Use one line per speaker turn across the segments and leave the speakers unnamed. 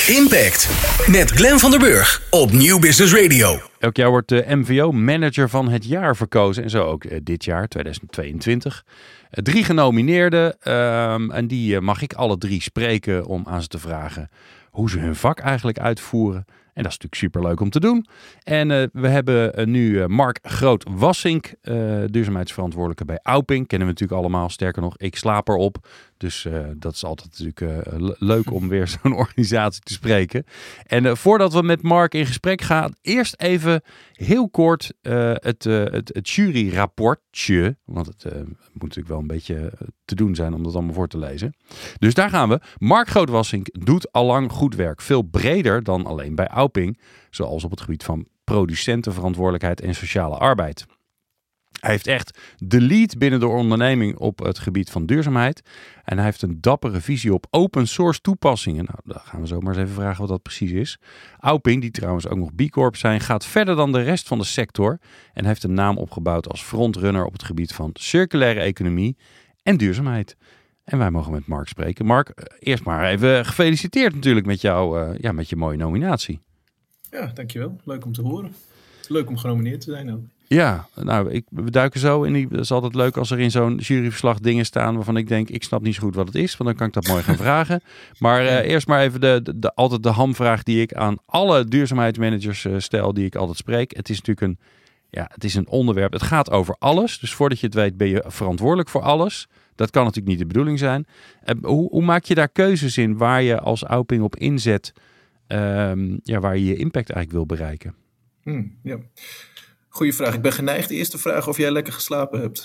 Impact met Glenn van der Burg op Nieuw Business Radio.
Elk jaar wordt de MVO Manager van het Jaar verkozen. En zo ook dit jaar, 2022. 3 genomineerden. En die mag ik alle 3 spreken om aan ze te vragen hoe ze hun vak eigenlijk uitvoeren. En dat is natuurlijk superleuk om te doen. En we hebben nu Mark Groot-Wassink, duurzaamheidsverantwoordelijke bij Auping. Kennen we natuurlijk allemaal. Sterker nog, ik slaap erop. Dus dat is altijd natuurlijk leuk om weer zo'n organisatie te spreken. En voordat we met Mark in gesprek gaan, eerst even heel kort het juryrapportje. Want het moet natuurlijk wel een beetje te doen zijn om dat allemaal voor te lezen. Dus daar gaan we. Mark Groot-Wassink doet allang goed werk. Veel breder dan alleen bij Auping. Zoals op het gebied van producentenverantwoordelijkheid en sociale arbeid. Hij heeft echt de lead binnen de onderneming op het gebied van duurzaamheid. En hij heeft een dappere visie op open source toepassingen. Nou, dan gaan we zo maar eens even vragen wat dat precies is. Auping, die trouwens ook nog B Corp zijn, gaat verder dan de rest van de sector. En heeft een naam opgebouwd als frontrunner op het gebied van circulaire economie en duurzaamheid. En wij mogen met Mark spreken. Mark, eerst maar even gefeliciteerd natuurlijk met jou, met je mooie nominatie.
Ja, dankjewel. Leuk om te horen. Leuk om genomineerd te zijn ook.
Ja, nou, we duiken zo in. Het is altijd leuk als er in zo'n juryverslag dingen staan waarvan ik denk, ik snap niet zo goed wat het is, want dan kan ik dat mooi gaan vragen. Maar eerst maar even altijd de hamvraag die ik aan alle duurzaamheidsmanagers stel, die ik altijd spreek. Het is natuurlijk een onderwerp. Het gaat over alles. Dus voordat je het weet ben je verantwoordelijk voor alles. Dat kan natuurlijk niet de bedoeling zijn. Hoe maak je daar keuzes in waar je als Auping op inzet, waar je je impact eigenlijk wil bereiken?
Ja. Goeie vraag. Ik ben geneigd de eerste vraag of jij lekker geslapen hebt.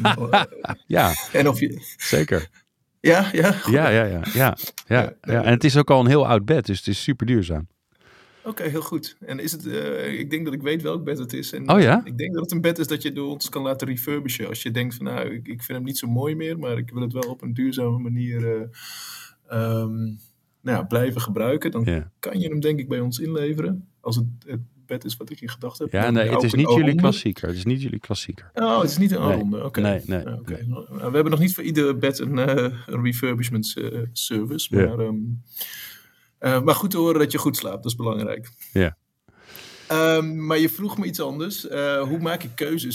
Ja,
en of je...
zeker.
Ja?
Goed. Ja. En het is ook al een heel oud bed, dus het is super duurzaam.
Oké, heel goed. En is het? Ik denk dat ik weet welk bed het is. En,
oh ja?
Ik denk dat het een bed is dat je door ons kan laten refurbishen. Als je denkt van, nou, ik vind hem niet zo mooi meer, maar ik wil het wel op een duurzame manier blijven gebruiken. Dan kan je hem denk ik bij ons inleveren. Als het bed is wat ik in gedachten heb.
Ja, nee, het is niet jullie klassieker. Het is niet jullie klassieker.
Oh, het is niet een A-ronde. Oké.
Nee.
We hebben nog niet voor ieder bed een refurbishment service. Maar goed te horen dat je goed slaapt. Dat is belangrijk.
Ja.
Maar je vroeg me iets anders. Hoe maak ik keuzes?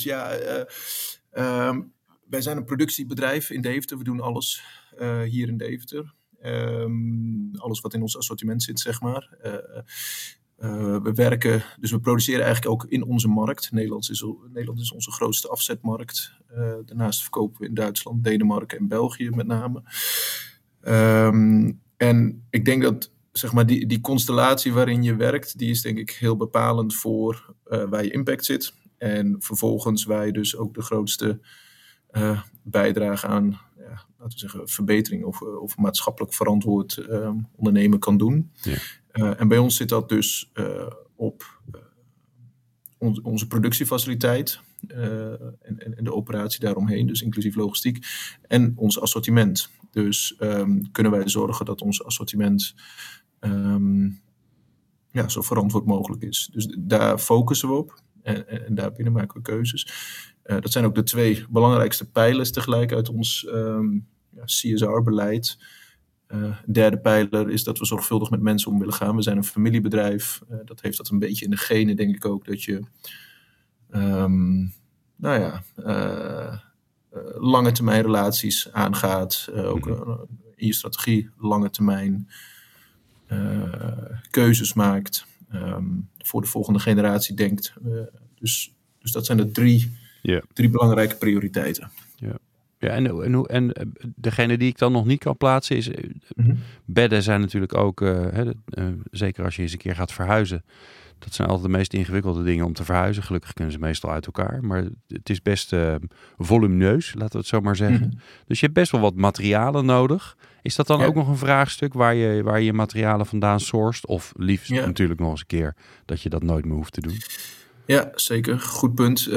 Wij zijn een productiebedrijf in Deventer. We doen alles hier in Deventer. Alles wat in ons assortiment zit, zeg maar. We produceren eigenlijk ook in onze markt. Nederland is onze grootste afzetmarkt. Daarnaast verkopen we in Duitsland, Denemarken en België met name. En ik denk dat zeg maar die constellatie waarin je werkt, die is denk ik heel bepalend voor waar je impact zit. En vervolgens waar je dus ook de grootste bijdrage aan, laten we zeggen, verbetering of maatschappelijk verantwoord ondernemen kan doen.
Ja.
En bij ons zit dat dus op onze productiefaciliteit en de operatie daaromheen, dus inclusief logistiek, en ons assortiment. Dus kunnen wij zorgen dat ons assortiment zo verantwoord mogelijk is. Dus daar focussen we op en daarbinnen maken we keuzes. Dat zijn ook de 2 belangrijkste pijlers tegelijk uit ons CSR-beleid. Derde pijler is dat we zorgvuldig met mensen om willen gaan. We zijn een familiebedrijf. Dat heeft dat een beetje in de genen, denk ik ook, dat je lange termijn relaties aangaat. Ook in je strategie lange termijn keuzes maakt. Voor de volgende generatie denkt. Dus dat zijn de 3 belangrijke prioriteiten.
Ja, en degene die ik dan nog niet kan plaatsen is... bedden zijn natuurlijk ook... zeker als je eens een keer gaat verhuizen. Dat zijn altijd de meest ingewikkelde dingen om te verhuizen. Gelukkig kunnen ze meestal uit elkaar. Maar het is best volumineus, laten we het zo maar zeggen. Dus je hebt best wel wat materialen nodig. Is dat dan ook nog een vraagstuk waar je materialen vandaan sourced? Of liefst natuurlijk nog eens een keer dat je dat nooit meer hoeft te doen?
Ja, zeker. Goed punt.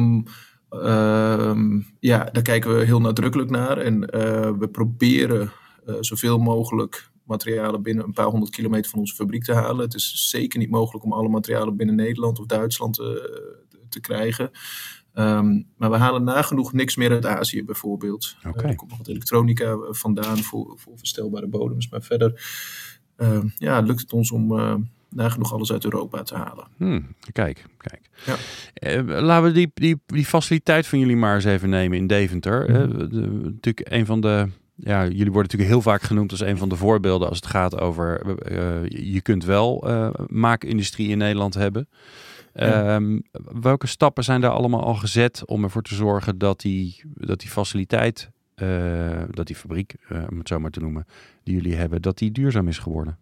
Daar kijken we heel nadrukkelijk naar. En we proberen zoveel mogelijk materialen binnen een paar 100 kilometer van onze fabriek te halen. Het is zeker niet mogelijk om alle materialen binnen Nederland of Duitsland te krijgen. Maar we halen nagenoeg niks meer uit Azië bijvoorbeeld. Er komt nog wat elektronica vandaan voor verstelbare bodems. Maar verder lukt het ons om nagenoeg alles uit Europa te halen.
Kijk.
Ja.
Laten we die faciliteit van jullie maar eens even nemen in Deventer. Natuurlijk een van de... Ja, jullie worden natuurlijk heel vaak genoemd als een van de voorbeelden als het gaat over... je kunt wel maakindustrie in Nederland hebben. Welke stappen zijn daar allemaal al gezet om ervoor te zorgen dat die faciliteit, dat die fabriek, om het zo maar te noemen, die jullie hebben, dat die duurzaam is geworden?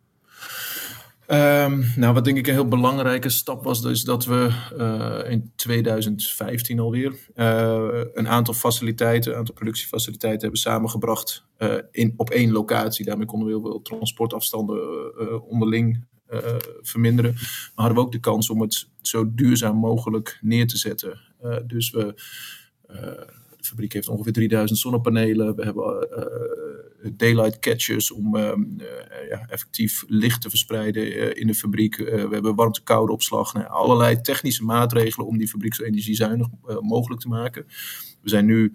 Wat denk ik een heel belangrijke stap was, dus dat we in 2015 alweer een aantal productiefaciliteiten hebben samengebracht op één locatie. Daarmee konden we heel veel transportafstanden onderling verminderen. Maar hadden we ook de kans om het zo duurzaam mogelijk neer te zetten. Dus de fabriek heeft ongeveer 3000 zonnepanelen. We hebben daylight catchers om effectief licht te verspreiden in de fabriek. We hebben warmte-koude opslag. Allerlei technische maatregelen om die fabriek zo energiezuinig mogelijk te maken. We zijn nu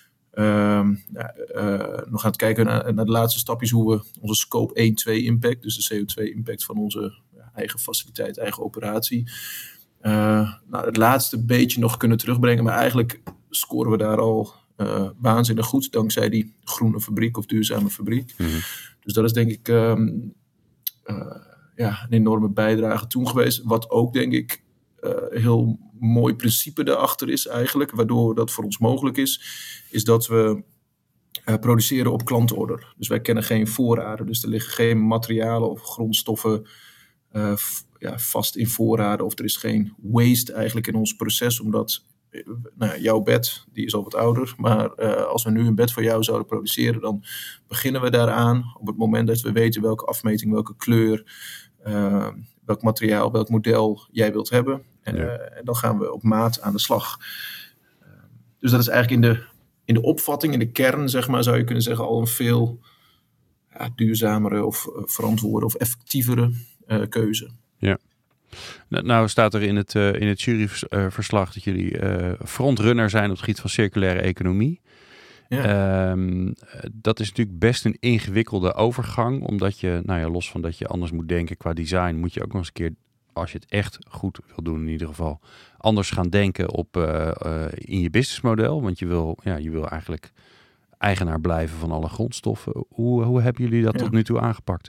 nog aan het kijken naar de laatste stapjes hoe we onze scope 1-2 impact, dus de CO2-impact van onze eigen faciliteit, eigen operatie, het laatste beetje nog kunnen terugbrengen. Maar eigenlijk scoren we daar al waanzinnig goed dankzij die groene fabriek of duurzame fabriek. Mm-hmm. Dus dat is denk ik een enorme bijdrage toen geweest. Wat ook denk ik heel mooi principe daarachter is eigenlijk, waardoor dat voor ons mogelijk is dat we produceren op klantorder. Dus wij kennen geen voorraden, dus er liggen geen materialen of grondstoffen vast in voorraden, of er is geen waste eigenlijk in ons proces, omdat jouw bed, die is al wat ouder, maar als we nu een bed voor jou zouden produceren, dan beginnen we daaraan op het moment dat we weten welke afmeting, welke kleur, welk materiaal, welk model jij wilt hebben. En dan gaan we op maat aan de slag. Dus dat is eigenlijk in de opvatting, in de kern, zeg maar, zou je kunnen zeggen, al een veel duurzamere of verantwoorde of effectievere keuze. Ja.
Nou staat er in het juryverslag dat jullie frontrunner zijn op het gebied van circulaire economie. Ja. Dat is natuurlijk best een ingewikkelde overgang, omdat je, los van dat je anders moet denken qua design, moet je ook nog eens een keer, als je het echt goed wil doen in ieder geval, anders gaan denken in je businessmodel. Want je wil eigenlijk eigenaar blijven van alle grondstoffen. Hoe hebben jullie dat tot nu toe aangepakt?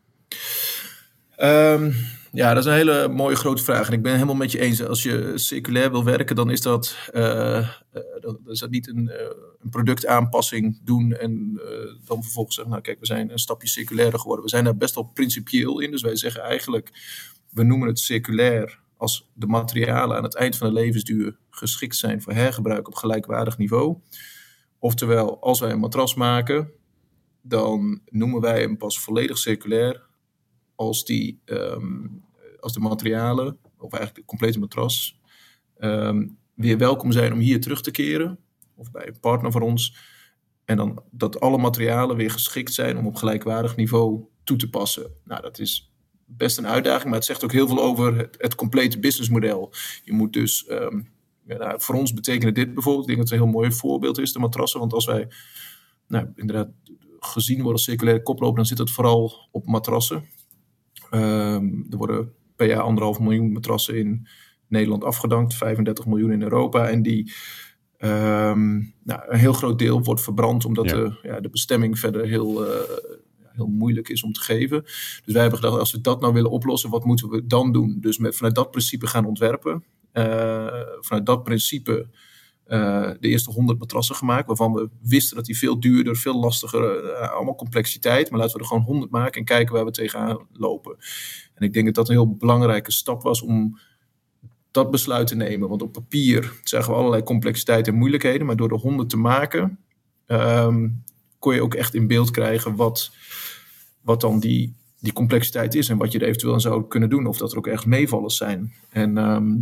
Dat is een hele mooie grote vraag. En ik ben helemaal met je eens. Als je circulair wil werken, dan is dat niet een productaanpassing doen en dan vervolgens zeggen, kijk, we zijn een stapje circulairder geworden. We zijn daar best wel principieel in. Dus wij zeggen eigenlijk, we noemen het circulair als de materialen aan het eind van de levensduur geschikt zijn voor hergebruik op gelijkwaardig niveau. Oftewel, als wij een matras maken, dan noemen wij hem pas volledig circulair als de materialen, of eigenlijk de complete matras, weer welkom zijn om hier terug te keren, of bij een partner van ons, en dan dat alle materialen weer geschikt zijn om op gelijkwaardig niveau toe te passen. Nou, dat is best een uitdaging, maar het zegt ook heel veel over het complete businessmodel. Je moet dus, voor ons betekent dit bijvoorbeeld, ik denk dat het een heel mooi voorbeeld is, de matrassen, want als wij inderdaad gezien worden als circulaire koploper, dan zit het vooral op matrassen. Er worden per jaar 1,5 miljoen matrassen in Nederland afgedankt, 35 miljoen in Europa. En die een heel groot deel wordt verbrand, omdat de bestemming verder heel moeilijk is om te geven. Dus wij hebben gedacht, als we dat nou willen oplossen, wat moeten we dan doen? Dus vanuit dat principe gaan ontwerpen. Vanuit dat principe de eerste 100 matrassen gemaakt, waarvan we wisten dat die veel duurder, veel lastiger, allemaal complexiteit, maar laten we er gewoon 100 maken en kijken waar we tegenaan lopen. En ik denk dat dat een heel belangrijke stap was om dat besluit te nemen, want op papier zagen we allerlei complexiteit en moeilijkheden, maar door de 100 te maken, kon je ook echt in beeld krijgen wat dan die complexiteit is en wat je er eventueel aan zou kunnen doen, of dat er ook echt meevallers zijn. En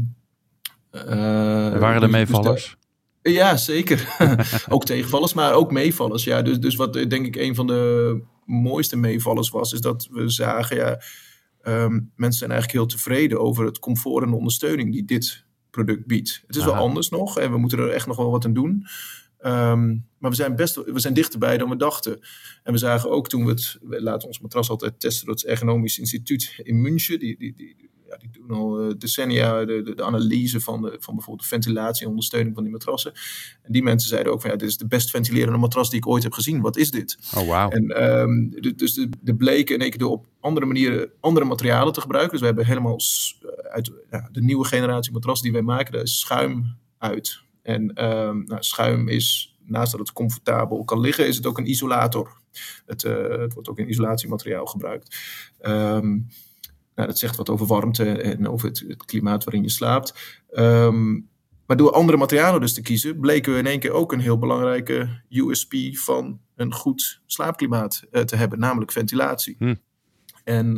waren er meevallers?
Ja, zeker. Ook tegenvallers, maar ook meevallers. Ja, dus wat denk ik een van de mooiste meevallers was, is dat we zagen, mensen zijn eigenlijk heel tevreden over het comfort en de ondersteuning die dit product biedt. Het is wel anders nog en we moeten er echt nog wel wat aan doen. Maar we zijn dichterbij dan we dachten. En we zagen ook toen we laten ons matras altijd testen door het Ergonomisch Instituut in München. Die doen al decennia de analyse van bijvoorbeeld de ventilatie en ondersteuning van die matrassen. En die mensen zeiden ook van dit is de best ventilerende matras die ik ooit heb gezien. Wat is dit?
Oh, wow.
En dus er bleken in één keer door op andere manieren andere materialen te gebruiken. Dus we hebben helemaal uit de nieuwe generatie matras die wij maken, daar is schuim uit. En schuim is, naast dat het comfortabel kan liggen, is het ook een isolator. Het wordt ook in isolatiemateriaal gebruikt. Dat zegt wat over warmte en over het klimaat waarin je slaapt. Maar door andere materialen dus te kiezen, bleken we in één keer ook een heel belangrijke USP van een goed slaapklimaat te hebben, namelijk ventilatie. En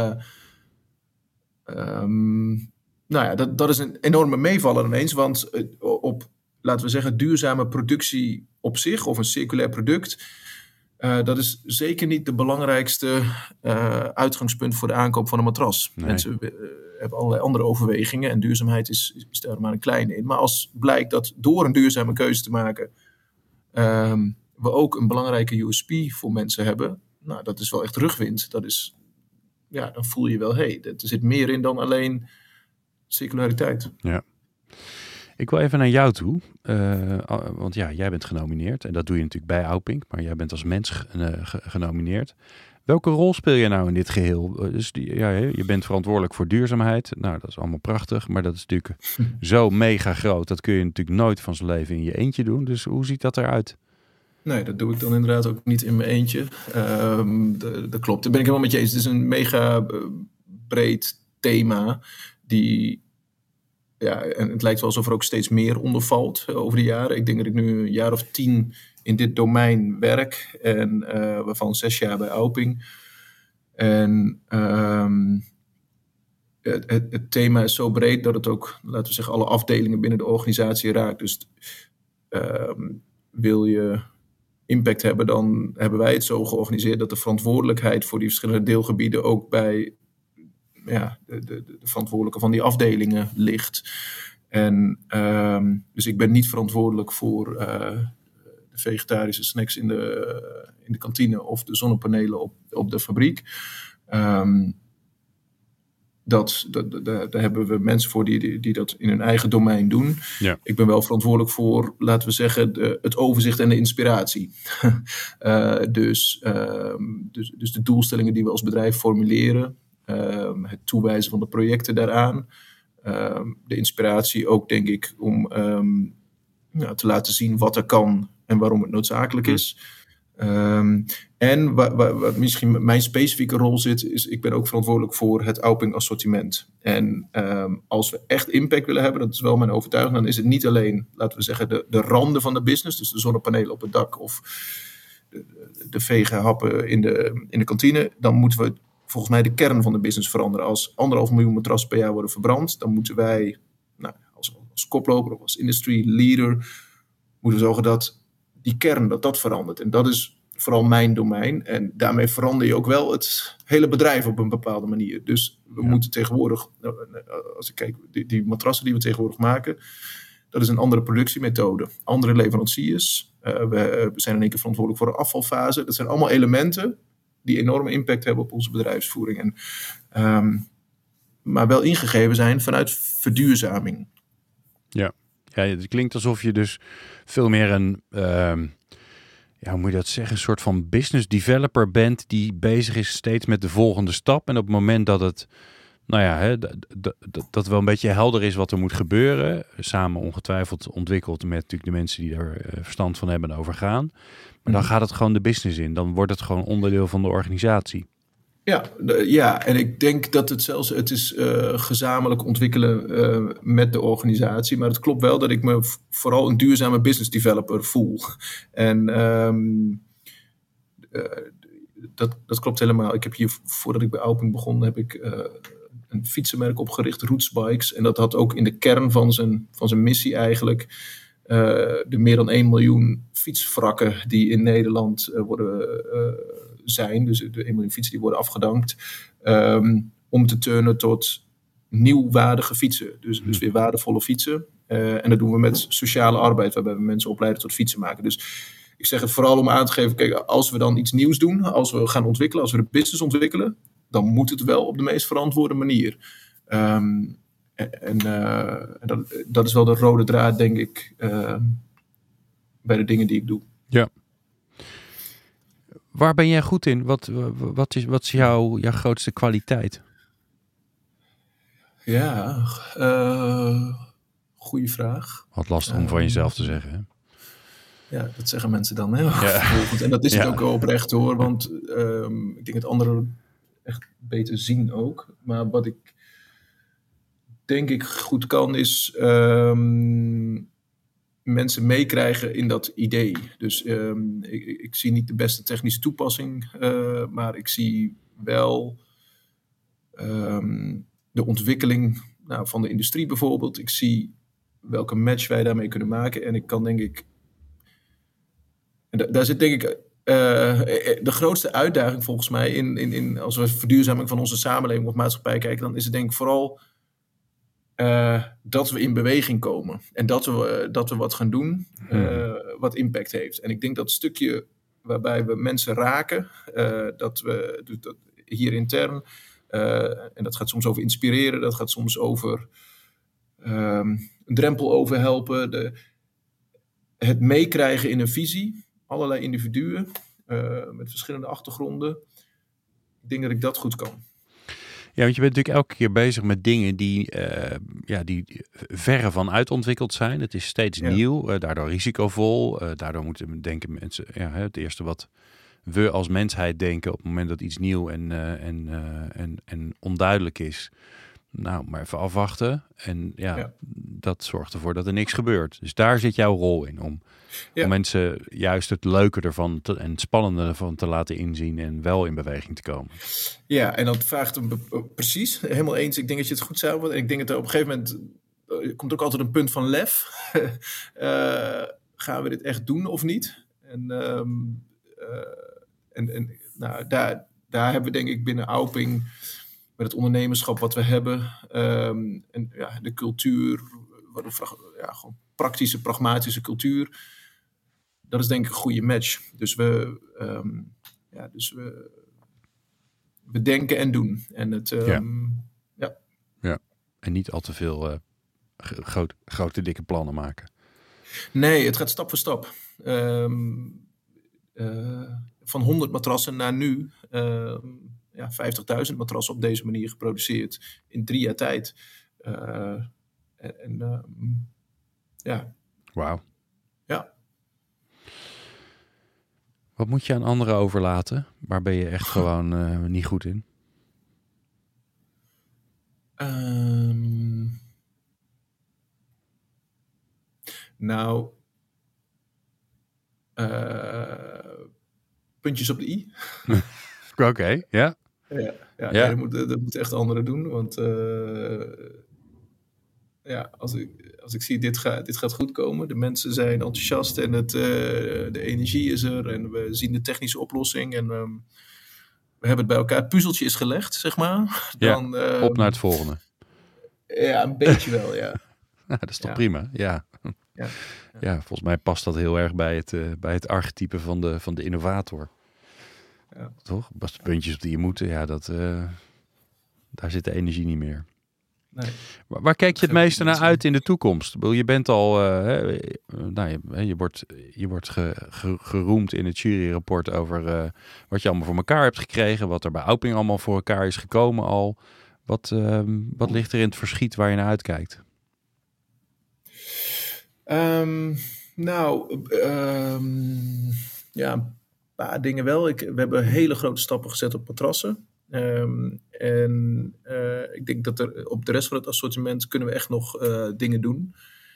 dat is een enorme meevaller ineens, want op, laten we zeggen, duurzame productie op zich, of een circulair product, dat is zeker niet de belangrijkste uitgangspunt voor de aankoop van een matras. Nee. Mensen hebben allerlei andere overwegingen en duurzaamheid is daar maar een kleine in. Maar als blijkt dat door een duurzame keuze te maken we ook een belangrijke USP voor mensen hebben, dat is wel echt rugwind. Dat is, dan voel je wel, er zit meer in dan alleen circulariteit.
Ja. Ik wil even naar jou toe, want jij bent genomineerd en dat doe je natuurlijk bij Auping, maar jij bent als mens genomineerd. Welke rol speel je nou in dit geheel? Dus je bent verantwoordelijk voor duurzaamheid, dat is allemaal prachtig, maar dat is natuurlijk zo mega groot, dat kun je natuurlijk nooit van zijn leven in je eentje doen, dus hoe ziet dat eruit?
Nee, dat doe ik dan inderdaad ook niet in mijn eentje. Dat klopt, daar ben ik helemaal met je eens. Het is een mega breed thema en het lijkt wel alsof er ook steeds meer onder valt over de jaren. Ik denk dat ik nu een jaar of 10 in dit domein werk. En waarvan 6 jaar bij Auping. En het thema is zo breed dat het ook, laten we zeggen, alle afdelingen binnen de organisatie raakt. Dus wil je impact hebben, dan hebben wij het zo georganiseerd dat de verantwoordelijkheid voor die verschillende deelgebieden ook bij de verantwoordelijke van die afdelingen ligt. En dus ik ben niet verantwoordelijk voor de vegetarische snacks in de kantine of de zonnepanelen op de fabriek. Daar hebben we mensen voor die dat in hun eigen domein doen. Ja. Ik ben wel verantwoordelijk voor, laten we zeggen, het overzicht en de inspiratie. Dus de doelstellingen die we als bedrijf formuleren, het toewijzen van de projecten daaraan, de inspiratie ook, denk ik, om te laten zien wat er kan en waarom het noodzakelijk is. En wat misschien mijn specifieke rol zit, is ik ben ook verantwoordelijk voor het Auping assortiment. En als we echt impact willen hebben, dat is wel mijn overtuiging, dan is het niet alleen, laten we zeggen, de randen van de business, dus de zonnepanelen op het dak of de vegenhappen in de kantine. Dan moeten we volgens mij de kern van de business veranderen. Als 1,5 miljoen matrassen per jaar worden verbrand, dan moeten wij als koploper of als industry leader moeten we zorgen dat die kern, dat verandert. En dat is vooral mijn domein. En daarmee verander je ook wel het hele bedrijf op een bepaalde manier. Dus we moeten tegenwoordig, als ik kijk, die matrassen die we tegenwoordig maken, dat is een andere productiemethode. Andere leveranciers. We zijn in één keer verantwoordelijk voor de afvalfase. Dat zijn allemaal elementen die enorme impact hebben op onze bedrijfsvoering. Maar wel ingegeven zijn vanuit verduurzaming.
Ja, het klinkt alsof je dus veel meer een, hoe moet je dat zeggen, een soort van business developer bent die bezig is steeds met de volgende stap. En op het moment dat het, dat wel een beetje helder is wat er moet gebeuren, samen ongetwijfeld ontwikkeld met natuurlijk de mensen die er verstand van hebben en over gaan. Maar dan gaat het gewoon de business in. Dan wordt het gewoon onderdeel van de organisatie.
Ja, en ik denk dat het is gezamenlijk ontwikkelen met de organisatie. Maar het klopt wel dat ik me vooral een duurzame business developer voel. En dat klopt helemaal. Ik heb hier, voordat ik bij Auping begon, heb ik een fietsenmerk opgericht, Roots Bikes. En dat had ook in de kern van zijn missie eigenlijk de meer dan 1 miljoen fietswrakken die in Nederland zijn. Dus de 1 miljoen fietsen die worden afgedankt. Om te turnen tot nieuwwaardige fietsen. Dus weer waardevolle fietsen. En dat doen we met sociale arbeid, waarbij we mensen opleiden tot fietsenmaker. Dus ik zeg het vooral om aan te geven, kijk, als we dan iets nieuws doen, als we gaan ontwikkelen, als we de business ontwikkelen, dan moet het wel op de meest verantwoorde manier. Dat is wel de rode draad, denk ik, bij de dingen die ik doe.
Ja. Waar ben jij goed in? Wat is jouw grootste kwaliteit?
Ja, goede vraag.
Wat lastig om van jezelf te zeggen, hè?
Ja, dat zeggen mensen dan. Hè?
Ja.
En dat is het ook wel oprecht hoor. Want ik denk dat anderen echt beter zien ook. Maar wat ik denk ik goed kan is mensen meekrijgen in dat idee. Dus ik zie niet de beste technische toepassing. Maar ik zie wel de ontwikkeling van de industrie bijvoorbeeld. Ik zie welke match wij daarmee kunnen maken. En ik kan denk ik... En daar zit denk ik de grootste uitdaging volgens mij in als we verduurzaming van onze samenleving of maatschappij kijken, dan is het denk ik vooral dat we in beweging komen. En dat we wat gaan doen wat impact heeft. En ik denk dat stukje waarbij we mensen raken, dat hier intern, en dat gaat soms over inspireren, dat gaat soms over een drempel overhelpen, het meekrijgen in een visie, allerlei individuen met verschillende achtergronden. Ik denk dat ik dat goed kan.
Ja, want je bent natuurlijk elke keer bezig met dingen die verre van uitontwikkeld zijn. Het is steeds nieuw, daardoor risicovol. Daardoor moeten denken mensen, het eerste wat we als mensheid denken op het moment dat iets nieuw en onduidelijk is. Nou, maar even afwachten. En dat zorgt ervoor dat er niks gebeurt. Dus daar zit jouw rol in. Om mensen juist het leuke ervan en het spannende ervan te laten inzien en wel in beweging te komen.
Ja, en dat vraagt precies, helemaal eens. Ik denk dat je het goed zou. En ik denk dat er op een gegeven moment komt ook altijd een punt van lef. Gaan we dit echt doen of niet? Daar hebben we denk ik binnen Auping, met het ondernemerschap wat we hebben, de cultuur, gewoon praktische, pragmatische cultuur, dat is denk ik een goede match. Dus we denken en doen. En het,
En niet al te veel grote, dikke plannen maken.
Nee, het gaat stap voor stap. Van 100 matrassen naar nu 50.000 matrassen op deze manier geproduceerd in 3 jaar tijd.
Wauw.
Ja.
Wat moet je aan anderen overlaten? Waar ben je echt gewoon niet goed in?
Puntjes op de i.
Oké, ja.
Ja. Dat moeten echt anderen doen. Want als ik zie dit gaat goed komen. De mensen zijn enthousiast en de energie is er. En we zien de technische oplossing. En we hebben het bij elkaar. Het puzzeltje is gelegd, zeg maar. Dan,
op naar het volgende.
Ja, een beetje wel, ja.
Dat is toch prima, ja. Ja, volgens mij past dat heel erg bij het archetype van de innovator. Ja. Toch? Als de puntjes op die je moeten, daar zit de energie niet meer. Nee. Waar kijk je het meeste naar uit in de toekomst? Je bent al, je wordt geroemd in het juryrapport over wat je allemaal voor elkaar hebt gekregen, wat er bij Auping allemaal voor elkaar is gekomen al. Wat ligt er in het verschiet waar je naar uitkijkt?
Een paar dingen wel. We hebben hele grote stappen gezet op matrassen. Ik denk dat er op de rest van het assortiment kunnen we echt nog dingen doen.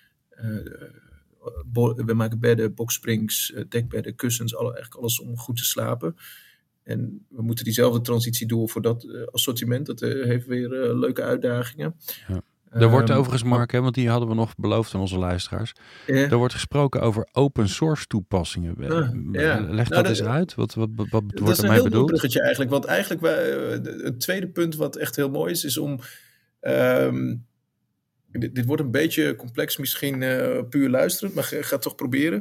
We maken bedden, boxsprings, dekbedden, kussens, eigenlijk alles om goed te slapen. En we moeten diezelfde transitie doen voor dat assortiment. Dat heeft weer leuke uitdagingen. Ja.
Er wordt overigens, Mark, want die hadden we nog beloofd aan onze luisteraars. Er wordt gesproken over open source toepassingen. Leg dat eens uit. Wat wordt ermee bedoeld?
Dat is een heel goed bruggetje eigenlijk. Want eigenlijk het tweede punt wat echt heel mooi is om dit wordt een beetje complex, misschien puur luisterend, maar ga het toch proberen.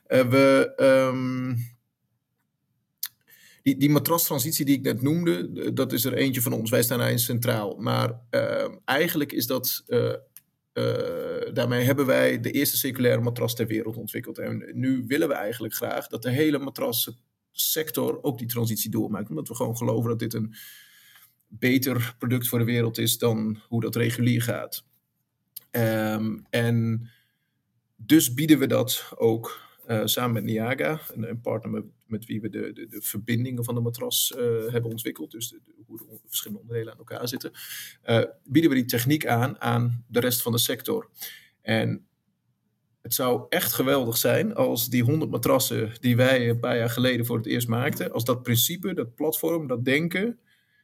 Die matrastransitie die ik net noemde, dat is er eentje van ons. Wij staan daarin centraal. Maar eigenlijk is dat... daarmee hebben wij de eerste circulaire matras ter wereld ontwikkeld. En nu willen we eigenlijk graag dat de hele matrassector ook die transitie doormaakt. Omdat we gewoon geloven dat dit een beter product voor de wereld is dan hoe dat regulier gaat. En dus bieden we dat ook samen met Niaga, een partner met wie we de verbindingen van de matras hebben ontwikkeld. Dus hoe de verschillende onderdelen aan elkaar zitten. Bieden we die techniek aan de rest van de sector. En het zou echt geweldig zijn als die 100 matrassen die wij een paar jaar geleden voor het eerst maakten, als dat principe, dat platform, dat denken,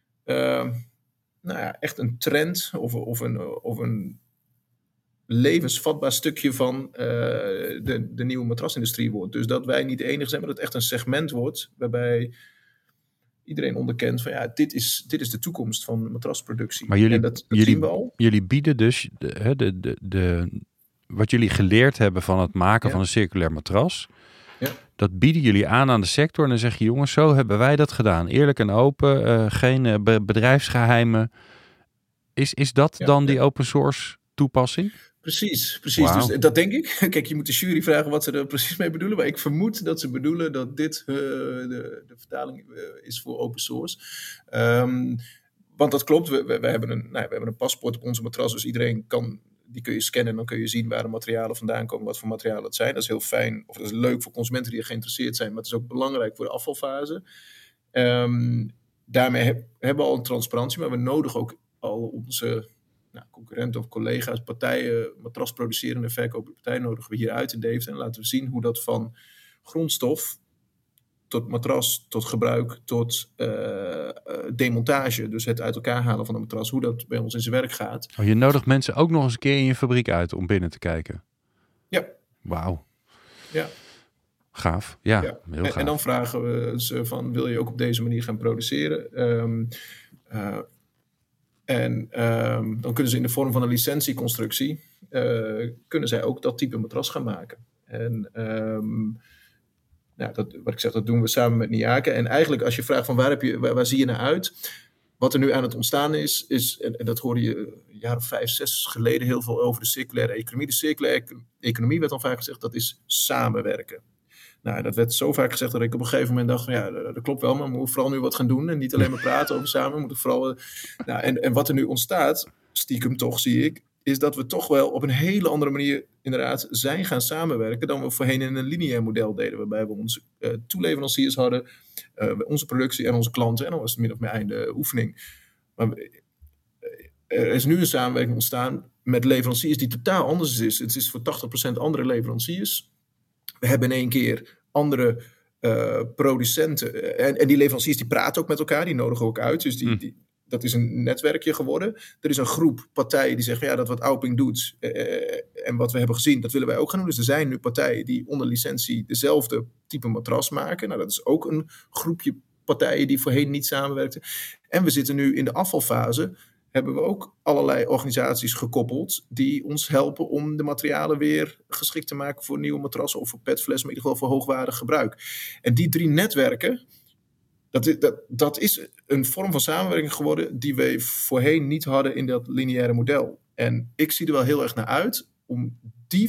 echt een trend of een levensvatbaar stukje van de nieuwe matrasindustrie wordt. Dus dat wij niet de enige zijn, maar dat het echt een segment wordt waarbij iedereen onderkent van dit is de toekomst van matrasproductie.
Maar jullie,
en dat zien we al.
Jullie bieden dus wat jullie geleerd hebben van het maken van een circulair matras.
Ja.
Dat bieden jullie aan de sector en dan zeg je, jongens, zo hebben wij dat gedaan. Eerlijk en open, geen bedrijfsgeheimen. Is dat dan die open source toepassing?
Precies.
Wow.
Dus dat denk ik. Kijk, je moet de jury vragen wat ze er precies mee bedoelen. Maar ik vermoed dat ze bedoelen dat dit de vertaling is voor open source. Want dat klopt. We hebben een paspoort op onze matras. Dus iedereen die kun je scannen. En dan kun je zien waar de materialen vandaan komen. Wat voor materialen het zijn. Dat is heel fijn. Of dat is leuk voor consumenten die er geïnteresseerd zijn. Maar het is ook belangrijk voor de afvalfase. Daarmee hebben we al een transparantie. Maar we nodigen ook al onze concurrenten of collega's, partijen, matrasproducerende en verkopende partijen nodigen we hier uit in Deventer en laten we zien hoe dat van grondstof tot matras, tot gebruik, tot demontage, dus het uit elkaar halen van de matras, hoe dat bij ons in zijn werk gaat.
Oh, je nodigt mensen ook nog eens een keer in je fabriek uit om binnen te kijken?
Ja.
Wauw.
Ja.
Gaaf. Ja, heel gaaf.
En dan vragen we ze van, wil je ook op deze manier gaan produceren? Dan kunnen ze in de vorm van een licentieconstructie kunnen zij ook dat type matras gaan maken. En wat ik zeg, dat doen we samen met Niaga. En eigenlijk als je vraagt van waar zie je naar uit? Wat er nu aan het ontstaan is en dat hoorde je een jaar of 5, 6 geleden heel veel over de circulaire economie. De circulaire economie werd al vaak gezegd, dat is samenwerken. Nou, dat werd zo vaak gezegd dat ik op een gegeven moment dacht van dat klopt wel, maar we moeten vooral nu wat gaan doen en niet alleen maar praten over samen. We moeten vooral, en wat er nu ontstaat, stiekem toch zie ik, is dat we toch wel op een hele andere manier inderdaad zijn gaan samenwerken dan we voorheen in een lineair model deden, waarbij we onze toeleveranciers hadden, onze productie en onze klanten en dan was het min of meer einde oefening. Maar er is nu een samenwerking ontstaan met leveranciers die totaal anders is. Het is voor 80% andere leveranciers. We hebben in één keer andere producenten. En die leveranciers die praten ook met elkaar. Die nodigen ook uit. Dus dat is een netwerkje geworden. Er is een groep partijen die zeggen dat wat Auping doet en wat we hebben gezien, dat willen wij ook gaan doen. Dus er zijn nu partijen die onder licentie dezelfde type matras maken. Nou, dat is ook een groepje partijen die voorheen niet samenwerkten. En we zitten nu in de afvalfase. Hebben we ook allerlei organisaties gekoppeld die ons helpen om de materialen weer geschikt te maken voor nieuwe matrassen of voor petflessen, maar in ieder geval voor hoogwaardig gebruik. En die 3 netwerken, dat is een vorm van samenwerking geworden die we voorheen niet hadden in dat lineaire model. En ik zie er wel heel erg naar uit om die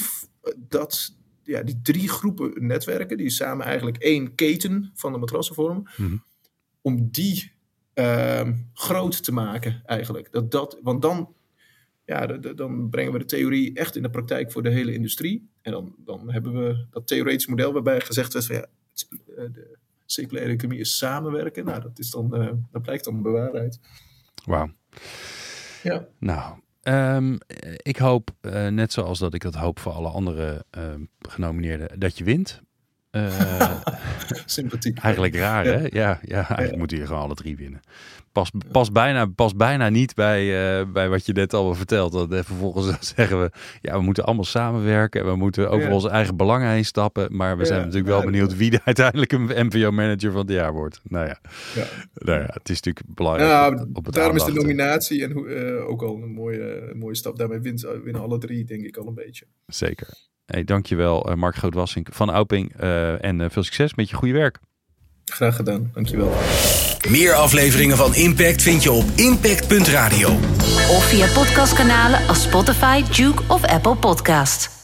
3 groepen netwerken, die samen eigenlijk 1 keten van de matrassen vormen, om die groot te maken eigenlijk. Want dan brengen we de theorie echt in de praktijk voor de hele industrie. En dan hebben we dat theoretisch model waarbij gezegd werd van de circulaire economie is samenwerken. Nou, dat blijkt dan bewaarheid.
Wauw.
Ja.
Nou, ik hoop, net zoals dat ik dat hoop voor alle andere genomineerden, dat je wint.
Sympathiek.
Eigenlijk raar, hè? Ja, eigenlijk moeten hier gewoon alle 3 winnen. Past bijna niet bij wat je net al vertelt. En vervolgens zeggen we, we moeten allemaal samenwerken. En we moeten over onze eigen belangen heen stappen. Maar we zijn natuurlijk wel benieuwd wie uiteindelijk een MVO-manager van het jaar wordt. Nou ja, het is natuurlijk belangrijk.
Daarom is de nominatie en ook al een mooie stap. Daarmee winnen alle 3, denk ik, al een beetje.
Zeker. Hey, dankjewel Mark Groot-Wassink van Auping. En veel succes met je goede werk.
Graag gedaan, dankjewel.
Meer afleveringen van Impact vind je op impact.radio.
Of via podcastkanalen als Spotify, Juke of Apple Podcast.